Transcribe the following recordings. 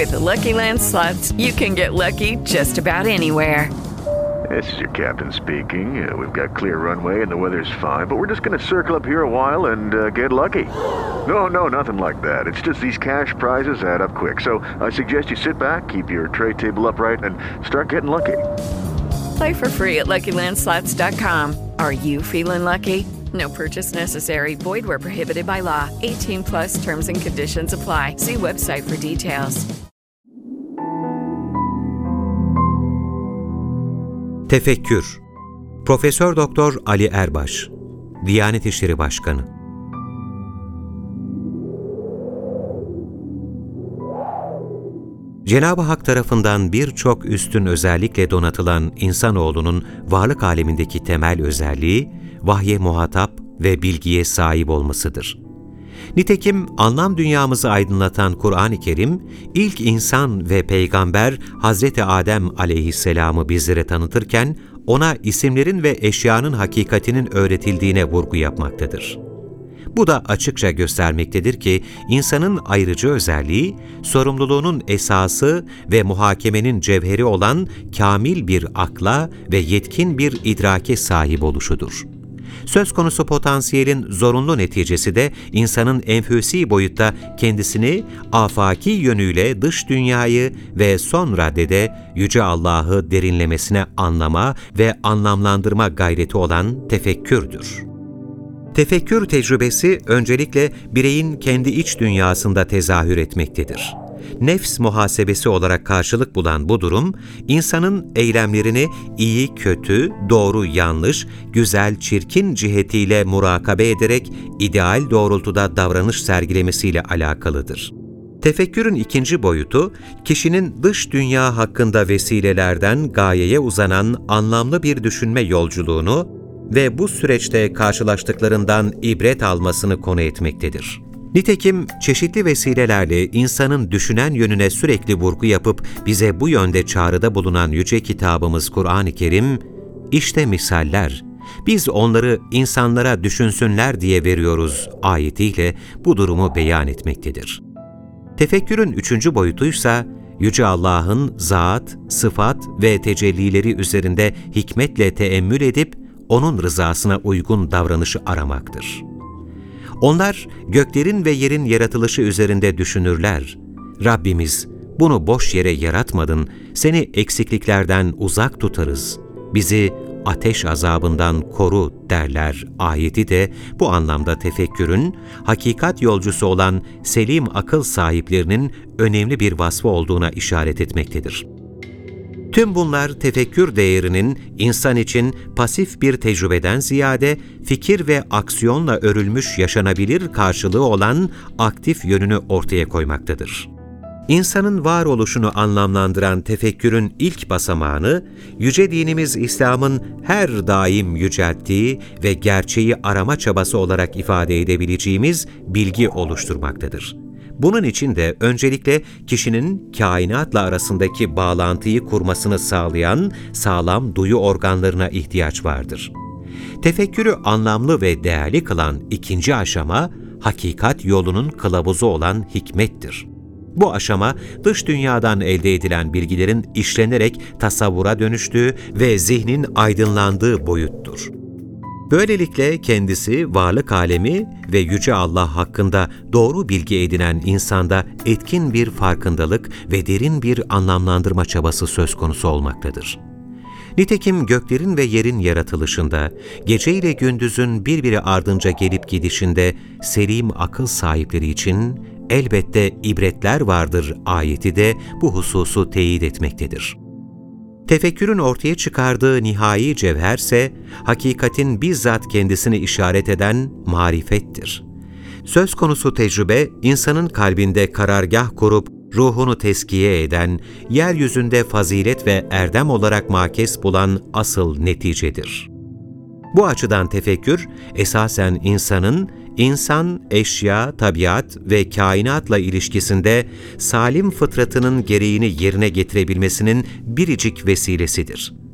With the Lucky Land Slots, you can get lucky just about anywhere. This is your captain speaking. We've got clear runway and the weather's fine, but we're just going to circle up here a while and get lucky. No, nothing like that. It's just these cash prizes add up quick. So I suggest you sit back, keep your tray table upright, and start getting lucky. Play for free at LuckyLandSlots.com. Are you feeling lucky? No purchase necessary. Void where prohibited by law. 18 plus terms and conditions apply. See website for details. Tefekkür. Profesör Doktor Ali Erbaş, Diyanet İşleri Başkanı. Cenab-ı Hak tarafından birçok üstün özellikle donatılan insanoğlunun varlık alemindeki temel özelliği, vahye muhatap ve bilgiye sahip olmasıdır. Nitekim anlam dünyamızı aydınlatan Kur'an-ı Kerim, ilk insan ve peygamber Hazreti Adem aleyhisselamı bizlere tanıtırken, ona isimlerin ve eşyanın hakikatinin öğretildiğine vurgu yapmaktadır. Bu da açıkça göstermektedir ki, insanın ayrıcı özelliği, sorumluluğunun esası ve muhakemenin cevheri olan kamil bir akla ve yetkin bir idrake sahip oluşudur. Söz konusu potansiyelin zorunlu neticesi de insanın enfüsi boyutta kendisini afaki yönüyle dış dünyayı ve son raddede Yüce Allah'ı derinlemesine anlama ve anlamlandırma gayreti olan tefekkürdür. Tefekkür tecrübesi öncelikle bireyin kendi iç dünyasında tezahür etmektedir. Nefs muhasebesi olarak karşılık bulan bu durum, insanın eylemlerini iyi, kötü, doğru, yanlış, güzel, çirkin cihetiyle murakabe ederek ideal doğrultuda davranış sergilemesiyle alakalıdır. Tefekkürün ikinci boyutu, kişinin dış dünya hakkında vesilelerden gayeye uzanan anlamlı bir düşünme yolculuğunu ve bu süreçte karşılaştıklarından ibret almasını konu etmektedir. Nitekim çeşitli vesilelerle insanın düşünen yönüne sürekli vurgu yapıp bize bu yönde çağrıda bulunan yüce kitabımız Kur'an-ı Kerim, işte misaller, biz onları insanlara düşünsünler diye veriyoruz ayetiyle bu durumu beyan etmektedir. Tefekkürün üçüncü boyutuysa, Yüce Allah'ın zat, sıfat ve tecellileri üzerinde hikmetle teemmül edip, onun rızasına uygun davranışı aramaktır. Onlar göklerin ve yerin yaratılışı üzerinde düşünürler. Rabbimiz, bunu boş yere yaratmadın, seni eksikliklerden uzak tutarız. Bizi ateş azabından koru derler ayeti de bu anlamda tefekkürün, hakikat yolcusu olan selim akıl sahiplerinin önemli bir vasfı olduğuna işaret etmektedir. Tüm bunlar tefekkür değerinin insan için pasif bir tecrübeden ziyade fikir ve aksiyonla örülmüş yaşanabilir karşılığı olan aktif yönünü ortaya koymaktadır. İnsanın varoluşunu anlamlandıran tefekkürün ilk basamağını, yüce dinimiz İslam'ın her daim yücelttiği ve gerçeği arama çabası olarak ifade edebileceğimiz bilgi oluşturmaktadır. Bunun için de öncelikle kişinin kainatla arasındaki bağlantıyı kurmasını sağlayan sağlam duyu organlarına ihtiyaç vardır. Tefekkürü anlamlı ve değerli kılan ikinci aşama, hakikat yolunun kılavuzu olan hikmettir. Bu aşama, dış dünyadan elde edilen bilgilerin işlenerek tasavvura dönüştüğü ve zihnin aydınlandığı boyuttur. Böylelikle kendisi, varlık alemi ve Yüce Allah hakkında doğru bilgi edinen insanda etkin bir farkındalık ve derin bir anlamlandırma çabası söz konusu olmaktadır. Nitekim göklerin ve yerin yaratılışında, gece ile gündüzün birbiri ardınca gelip gidişinde selim akıl sahipleri için elbette ibretler vardır ayeti de bu hususu teyit etmektedir. Tefekkürün ortaya çıkardığı nihai cevherse, hakikatin bizzat kendisini işaret eden marifettir. Söz konusu tecrübe, insanın kalbinde karargah kurup, ruhunu teskiye eden, yeryüzünde fazilet ve erdem olarak makes bulan asıl neticedir. Bu açıdan tefekkür, esasen insan, eşya, tabiat ve kainatla ilişkisinde salim fıtratının gereğini yerine getirebilmesinin biricik vesilesidir.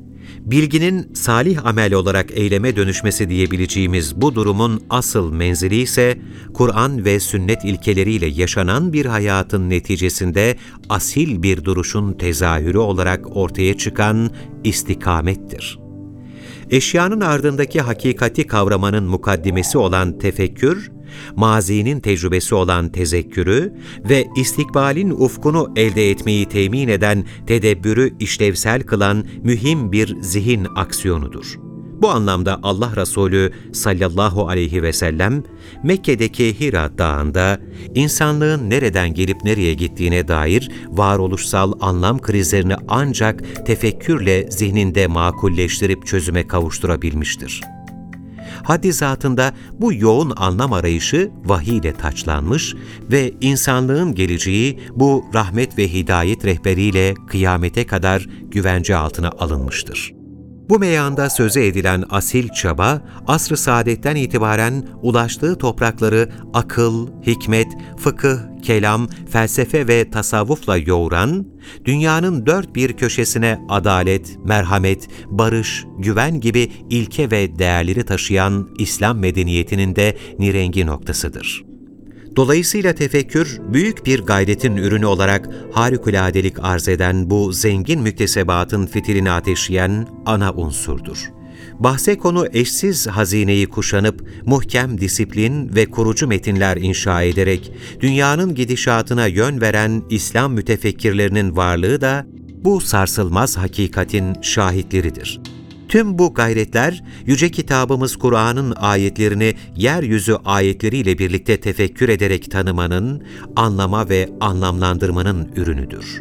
Bilginin salih amel olarak eyleme dönüşmesi diyebileceğimiz bu durumun asıl menzili ise Kur'an ve sünnet ilkeleriyle yaşanan bir hayatın neticesinde asil bir duruşun tezahürü olarak ortaya çıkan istikamettir. Eşyanın ardındaki hakikati kavramanın mukaddimesi olan tefekkür, mazinin tecrübesi olan tezekkürü ve istikbalin ufkunu elde etmeyi temin eden tedebbürü işlevsel kılan mühim bir zihin aksiyonudur. Bu anlamda Allah Resulü sallallahu aleyhi ve sellem, Mekke'deki Hira Dağı'nda insanlığın nereden gelip nereye gittiğine dair varoluşsal anlam krizlerini ancak tefekkürle zihninde makulleştirip çözüme kavuşturabilmiştir. Haddi zatında bu yoğun anlam arayışı vahiy ile taçlanmış ve insanlığın geleceği bu rahmet ve hidayet rehberiyle kıyamete kadar güvence altına alınmıştır. Bu meyanda söze edilen asil çaba, asr-ı saadetten itibaren ulaştığı toprakları akıl, hikmet, fıkıh, kelam, felsefe ve tasavvufla yoğuran, dünyanın dört bir köşesine adalet, merhamet, barış, güven gibi ilke ve değerleri taşıyan İslam medeniyetinin de nirengi noktasıdır. Dolayısıyla tefekkür, büyük bir gayretin ürünü olarak harikuladelik arz eden bu zengin müktesebatın fitilini ateşleyen ana unsurdur. Bahse konu eşsiz hazineyi kuşanıp, muhkem disiplin ve kurucu metinler inşa ederek, dünyanın gidişatına yön veren İslam mütefekkirlerinin varlığı da bu sarsılmaz hakikatin şahitleridir. Tüm bu gayretler, Yüce Kitabımız Kur'an'ın ayetlerini yeryüzü ayetleriyle birlikte tefekkür ederek tanımanın, anlama ve anlamlandırmanın ürünüdür.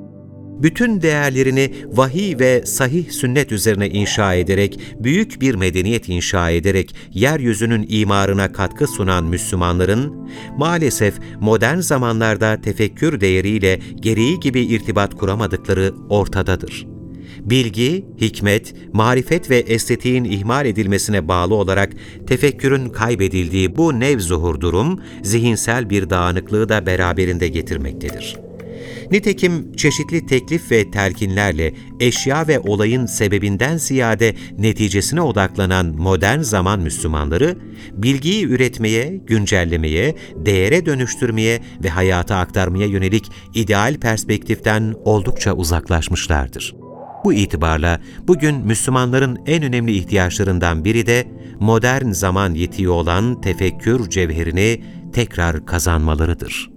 Bütün değerlerini vahiy ve sahih sünnet üzerine inşa ederek, büyük bir medeniyet inşa ederek yeryüzünün imarına katkı sunan Müslümanların, maalesef modern zamanlarda tefekkür değeriyle gereği gibi irtibat kuramadıkları ortadadır. Bilgi, hikmet, marifet ve estetiğin ihmal edilmesine bağlı olarak tefekkürün kaybedildiği bu nevzuhur durum, zihinsel bir dağınıklığı da beraberinde getirmektedir. Nitekim çeşitli teklif ve telkinlerle eşya ve olayın sebebinden ziyade neticesine odaklanan modern zaman Müslümanları, bilgiyi üretmeye, güncellemeye, değere dönüştürmeye ve hayata aktarmaya yönelik ideal perspektiften oldukça uzaklaşmışlardır. Bu itibarla bugün Müslümanların en önemli ihtiyaçlarından biri de modern zaman yetiği olan tefekkür cevherini tekrar kazanmalarıdır.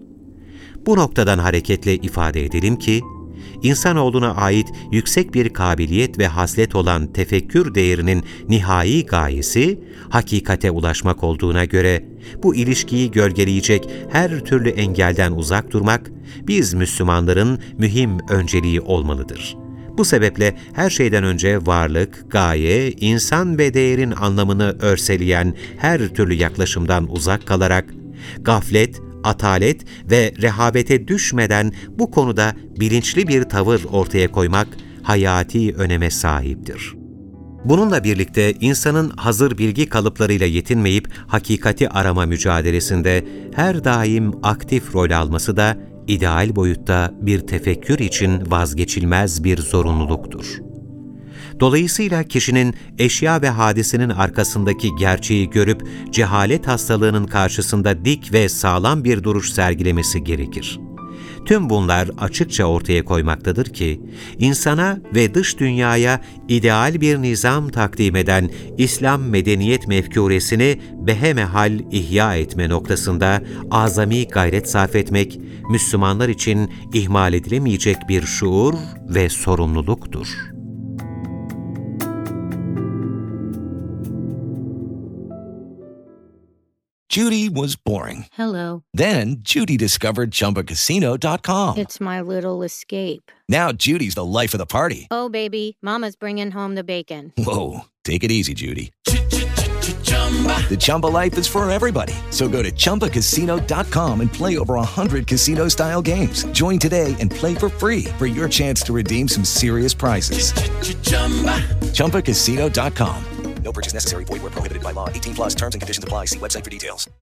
Bu noktadan hareketle ifade edelim ki, insanoğluna ait yüksek bir kabiliyet ve haslet olan tefekkür değerinin nihai gayesi, hakikate ulaşmak olduğuna göre, bu ilişkiyi gölgeleyecek her türlü engelden uzak durmak, biz Müslümanların mühim önceliği olmalıdır. Bu sebeple her şeyden önce varlık, gaye, insan ve değerin anlamını örseleyen her türlü yaklaşımdan uzak kalarak, gaflet, atalet ve rehavete düşmeden bu konuda bilinçli bir tavır ortaya koymak hayati öneme sahiptir. Bununla birlikte insanın hazır bilgi kalıplarıyla yetinmeyip hakikati arama mücadelesinde her daim aktif rol alması da ideal boyutta bir tefekkür için vazgeçilmez bir zorunluluktur. Dolayısıyla kişinin eşya ve hadisenin arkasındaki gerçeği görüp cehalet hastalığının karşısında dik ve sağlam bir duruş sergilemesi gerekir. Tüm bunlar açıkça ortaya koymaktadır ki, insana ve dış dünyaya ideal bir nizam takdim eden İslam medeniyet mefkuresini behemehal ihya etme noktasında azami gayret sarf etmek, Müslümanlar için ihmal edilemeyecek bir şuur ve sorumluluktur. Judy was boring. Hello. Then Judy discovered ChumbaCasino.com. It's my little escape. Now Judy's the life of the party. Oh, baby, mama's bringing home the bacon. Whoa, take it easy, Judy. The Chumba life is for everybody. So go to ChumbaCasino.com and play over 100 casino-style games. Join today and play for free for your chance to redeem some serious prizes. ChumbaCasino.com. No purchase necessary. Void where prohibited by law. 18 plus terms and conditions apply. See website for details.